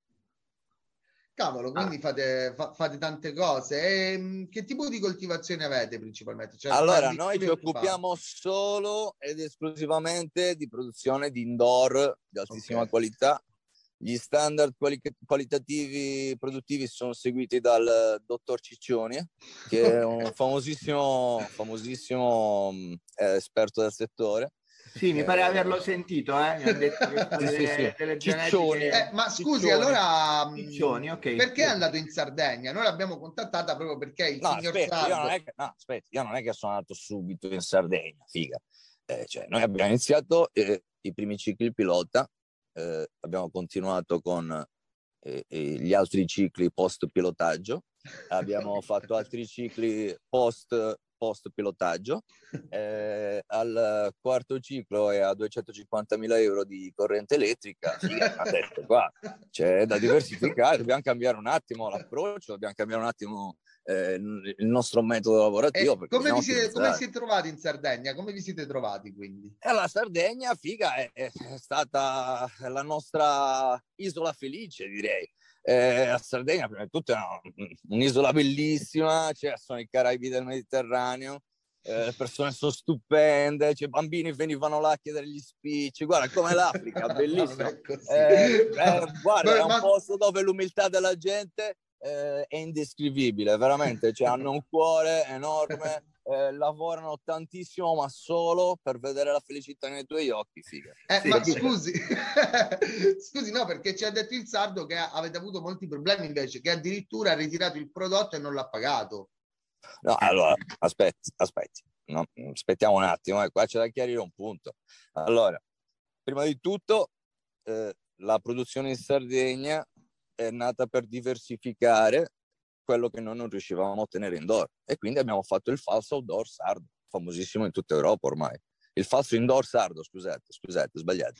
cavolo, quindi ah. fate, fa, fate tante cose. E, che tipo di coltivazione avete principalmente? Cioè, allora, noi ci occupiamo fa? solo ed esclusivamente di produzione di indoor di altissima okay. qualità. Gli standard quali- qualitativi produttivi sono seguiti dal dottor Ciccioni, che è un famosissimo, famosissimo eh, esperto del settore. Sì, mi pare averlo sentito, eh? Mi hanno detto che fa delle, sì, sì. delle Ciccioni. Eh, ma scusi, Ciccioni. allora Ciccioni, okay. Perché è andato in Sardegna? Noi l'abbiamo contattata proprio perché il no, signor aspetta, Sardo... io non è che, no, aspetta, io non è che sono andato subito in Sardegna, figa. Eh, cioè, noi abbiamo iniziato eh, i primi cicli pilota, eh, abbiamo continuato con eh, gli altri cicli post pilotaggio, abbiamo fatto altri cicli post post pilotaggio. Eh, al quarto ciclo è a duecentocinquantamila euro di corrente elettrica. Figa, ha detto qua c'è da diversificare, dobbiamo cambiare un attimo l'approccio, dobbiamo cambiare un attimo eh, il nostro metodo lavorativo. Come vi siete, come siete trovati in Sardegna? Come vi siete trovati quindi? E la Sardegna, figa, è, è stata la nostra isola felice, direi. Eh, la Sardegna prima di tutto è una, un'isola bellissima, cioè, sono i Caraibi del Mediterraneo, eh, le persone sono stupende, cioè, i bambini venivano là a chiedere gli spicci, guarda come l'Africa, bellissimo. eh, eh, guarda, è un posto dove l'umiltà della gente eh, è indescrivibile, veramente, cioè, hanno un cuore enorme. Eh, lavorano tantissimo, ma solo per vedere la felicità nei tuoi occhi, figa. Eh, sì, ma scusi, scusi, no, perché ci ha detto il Sardo che avete avuto molti problemi invece, che addirittura ha ritirato il prodotto e non l'ha pagato. No, allora, aspetti, aspetti, no, aspettiamo un attimo, eh, qua c'è da chiarire un punto. Allora, prima di tutto, eh, la produzione in Sardegna è nata per diversificare quello che noi non riuscivamo a ottenere indoor, e quindi abbiamo fatto il falso outdoor sardo, famosissimo in tutta Europa ormai. Il falso indoor sardo, scusate, scusate, sbagliate.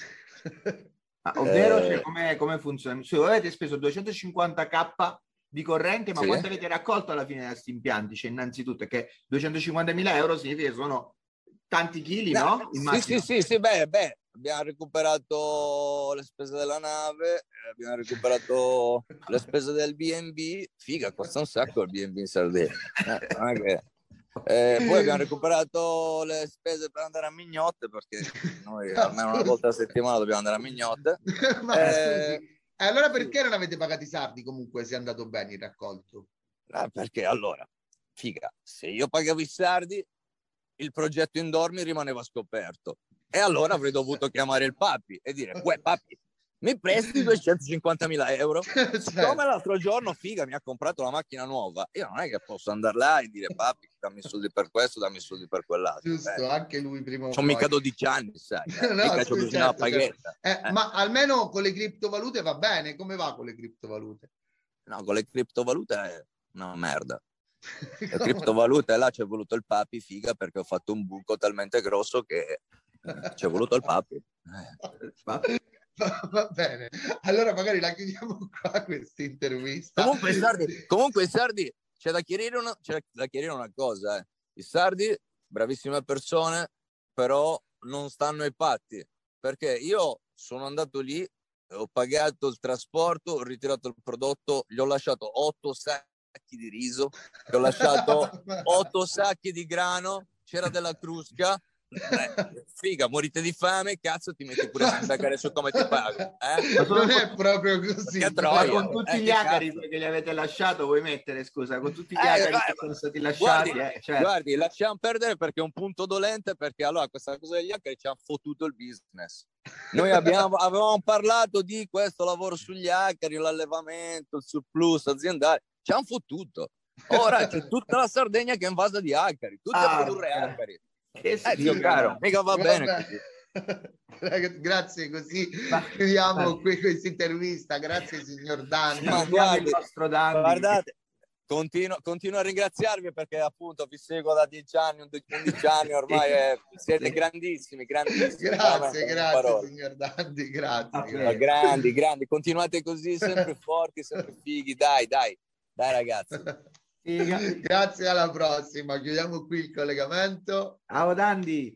Ah, ovvero, eh... cioè, come, come funziona? Cioè, voi avete speso duecentocinquanta k di corrente, ma sì. Quanto avete raccolto alla fine da questi impianti? Cioè, innanzitutto, che duecentocinquantamila euro significa che sono tanti chili, no? no? Sì, sì, sì, sì, beh, beh, abbiamo recuperato le spese della nave, abbiamo recuperato le spese del B and B, figa, costa un sacco il B and B in Sardegna. Eh, non è che... eh, poi abbiamo recuperato le spese per andare a Mignotte, perché noi almeno una volta a settimana dobbiamo andare a Mignotte. Ma eh, scusi, allora perché non avete pagato i sardi comunque se è andato bene il raccolto? Eh, perché allora, figa, se io pagavo i sardi, il progetto indoor mi rimaneva scoperto, e allora avrei dovuto chiamare il papi e dire: uè papi, mi presti duecentocinquantamila euro? Come l'altro giorno, figa, mi ha comprato la macchina nuova, io non è che posso andare là e dire: papi, dammi soldi per questo, dammi soldi per quell'altro. Giusto, eh. Anche lui prima o C'ho mica dodici anni, sai, eh. No, mica sì, c'ho bisogno certo, della paghetta. Certo. Eh, eh. Ma almeno con le criptovalute va bene? Come va con le criptovalute? No, con le criptovalute è una merda. Le criptovalute là c'è voluto il papi, figa, perché ho fatto un buco talmente grosso che Ci è voluto il papi. Va, va bene, allora magari la chiudiamo qua questa intervista. Comunque i sardi, comunque i sardi c'è da chiarire una, c'è da chiarire una cosa, eh. I sardi, bravissime persone, però non stanno ai patti, perché io sono andato lì, ho pagato il trasporto, ho ritirato il prodotto, gli ho lasciato otto sacchi di riso, gli ho lasciato otto sacchi di grano, c'era della crusca. Beh, figa, morite di fame, cazzo, ti metti pure a sindacare su come ti pago, eh? Ma non è proprio così. Ma troia, con tutti eh, gli che acari cazzo. che gli avete lasciato, vuoi mettere, scusa, con tutti gli Eh, acari beh, che sono stati lasciati, guardi, eh, certo. guardi, lasciamo perdere perché è un punto dolente, perché allora questa cosa degli acari ci ha fottuto il business. Noi abbiamo, avevamo parlato di questo lavoro sugli acari, l'allevamento, il surplus aziendale, ci hanno fottuto. Ora c'è tutta la Sardegna che è invasa di acari, tutti Ah, a produrre acari. Che Eh, zio caro, mica va Vabbè. bene così. Grazie, così Ma- chiudiamo qui questa intervista. Grazie signor Danni. Ma Salutiamo guardi, il nostro Danni. Guardate, continuo, continuo a ringraziarvi perché appunto vi seguo da dieci anni, undici anni ormai, eh, siete Sì. grandissimi, grandissimi. Grazie, veramente, grazie parole. signor Danni, grazie, Vabbè. grazie. Grandi, grandi, continuate così, sempre forti, sempre fighi, dai, dai, dai ragazzi. Figa. Grazie, alla prossima. Chiudiamo qui il collegamento. Ciao Dandy.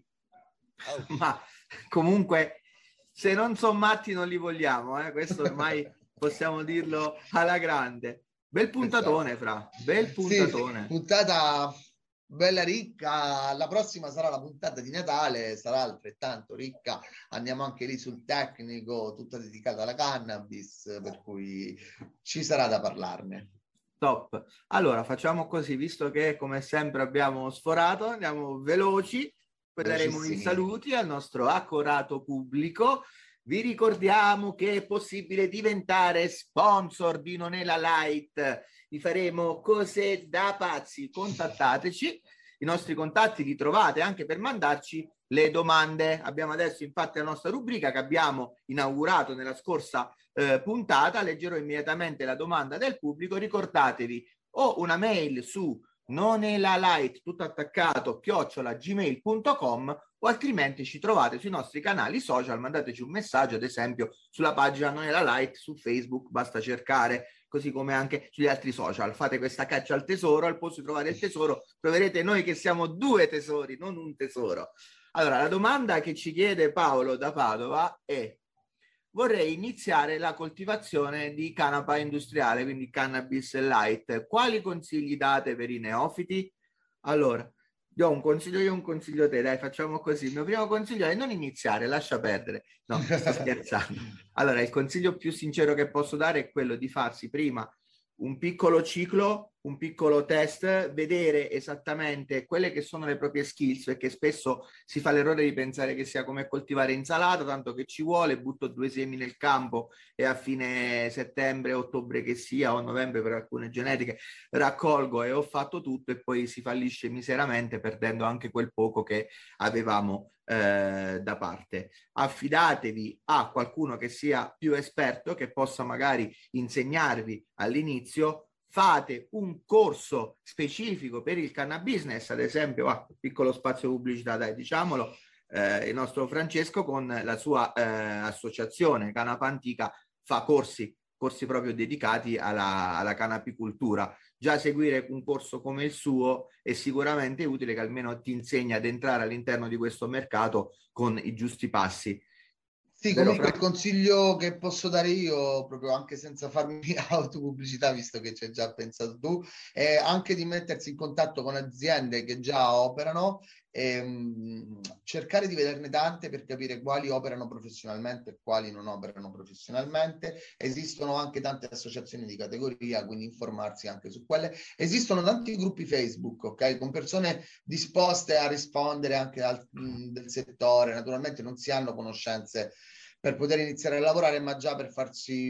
Oh. Ma comunque, se non sono matti non li vogliamo, eh? Questo ormai possiamo dirlo alla grande. Bel puntatone, Fra, bel puntatone. Sì, puntata bella ricca. La prossima sarà la puntata di Natale, sarà altrettanto ricca. Andiamo anche lì sul tecnico, tutta dedicata alla cannabis, per cui ci sarà da parlarne. Top. Allora, facciamo così, visto che come sempre abbiamo sforato, andiamo veloci, poi daremo i saluti al nostro accorato pubblico. Vi ricordiamo che è possibile diventare sponsor di Non è la Light. Vi faremo cose da pazzi. Contattateci. I nostri contatti li trovate anche per mandarci le domande. Abbiamo adesso infatti la nostra rubrica che abbiamo inaugurato nella scorsa eh, puntata. Leggerò immediatamente la domanda del pubblico. Ricordatevi o una mail su non è la light tutto attaccato chiocciola gmail punto com o altrimenti ci trovate sui nostri canali social, mandateci un messaggio ad esempio sulla pagina Non è la Light su Facebook, basta cercare, così come anche sugli altri social. Fate questa caccia al tesoro, al posto di trovare il tesoro troverete noi che siamo due tesori, non un tesoro. Allora, la domanda che ci chiede Paolo da Padova è: vorrei iniziare la coltivazione di canapa industriale, quindi cannabis light. Quali consigli date per i neofiti? Allora, do un consiglio io, un consiglio te, dai, facciamo così. Il mio primo consiglio è non iniziare, lascia perdere. No, sto scherzando. Allora, il consiglio più sincero che posso dare è quello di farsi prima un piccolo ciclo, un piccolo test, vedere esattamente quelle che sono le proprie skills, perché spesso si fa l'errore di pensare che sia come coltivare insalata, tanto che ci vuole, butto due semi nel campo e a fine settembre, ottobre che sia, o novembre per alcune genetiche, raccolgo e ho fatto tutto e poi si fallisce miseramente perdendo anche quel poco che avevamo eh, da parte. Affidatevi a qualcuno che sia più esperto, che possa magari insegnarvi all'inizio. Fate un corso specifico per il cannabusiness, ad esempio, ah, piccolo spazio pubblicità, dai, diciamolo, eh, il nostro Francesco con la sua eh, associazione Canapa Antica fa corsi, corsi proprio dedicati alla, alla canapicultura. Già seguire un corso come il suo è sicuramente utile, che almeno ti insegna ad entrare all'interno di questo mercato con i giusti passi. Sì, Vero, comunque Fra? il consiglio che posso dare io, proprio anche senza farmi autopubblicità, visto che ci hai già pensato tu, è anche di mettersi in contatto con aziende che già operano e mh, cercare di vederne tante per capire quali operano professionalmente e quali non operano professionalmente. Esistono anche tante associazioni di categoria, quindi informarsi anche su quelle. Esistono tanti gruppi Facebook, ok, con persone disposte a rispondere anche al, mh, del settore. Naturalmente non si hanno conoscenze per poter iniziare a lavorare, ma già per farsi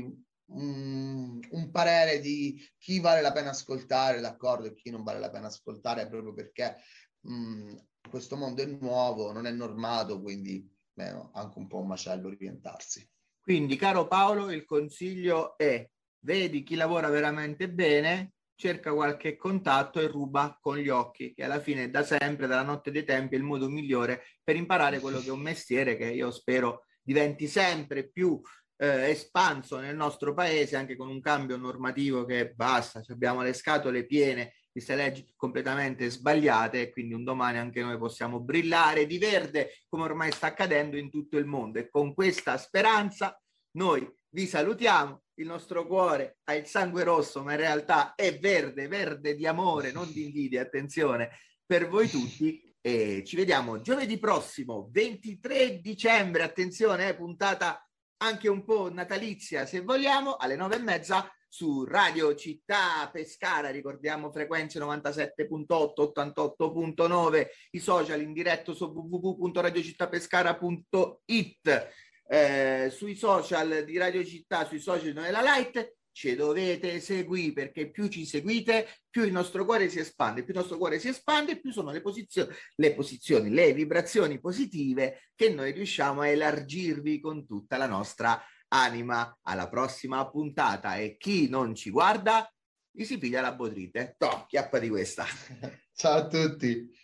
um, un parere di chi vale la pena ascoltare, d'accordo, e chi non vale la pena ascoltare, proprio perché um, questo mondo è nuovo, non è normato, quindi beh, anche un po' un macello orientarsi. Quindi, caro Paolo, il consiglio è: vedi chi lavora veramente bene, cerca qualche contatto e ruba con gli occhi, che alla fine da sempre, dalla notte dei tempi, è il modo migliore per imparare quello che è un mestiere che io spero diventi sempre più eh, espanso nel nostro paese, anche con un cambio normativo che basta, cioè abbiamo le scatole piene di queste leggi completamente sbagliate e quindi un domani anche noi possiamo brillare di verde come ormai sta accadendo in tutto il mondo. E con questa speranza noi vi salutiamo. Il nostro cuore ha il sangue rosso, ma in realtà è verde, verde di amore, non di invidia, attenzione, per voi tutti. E ci vediamo giovedì prossimo, ventitré dicembre, attenzione, eh, puntata anche un po' natalizia se vogliamo, alle nove e mezza su Radio Città Pescara. Ricordiamo frequenze novantasette punto otto, ottantotto punto nove, i social in diretto su w w w punto radio città pescara punto i t. Eh, sui social di Radio Città, sui social di Nella Light, ci dovete seguire, perché più ci seguite più il nostro cuore si espande, più il nostro cuore si espande più sono le posizioni, le posizioni, le vibrazioni positive che noi riusciamo a elargirvi con tutta la nostra anima. Alla prossima puntata, e chi non ci guarda gli si piglia la botrite. Toh, chiappa di questa. Ciao a tutti.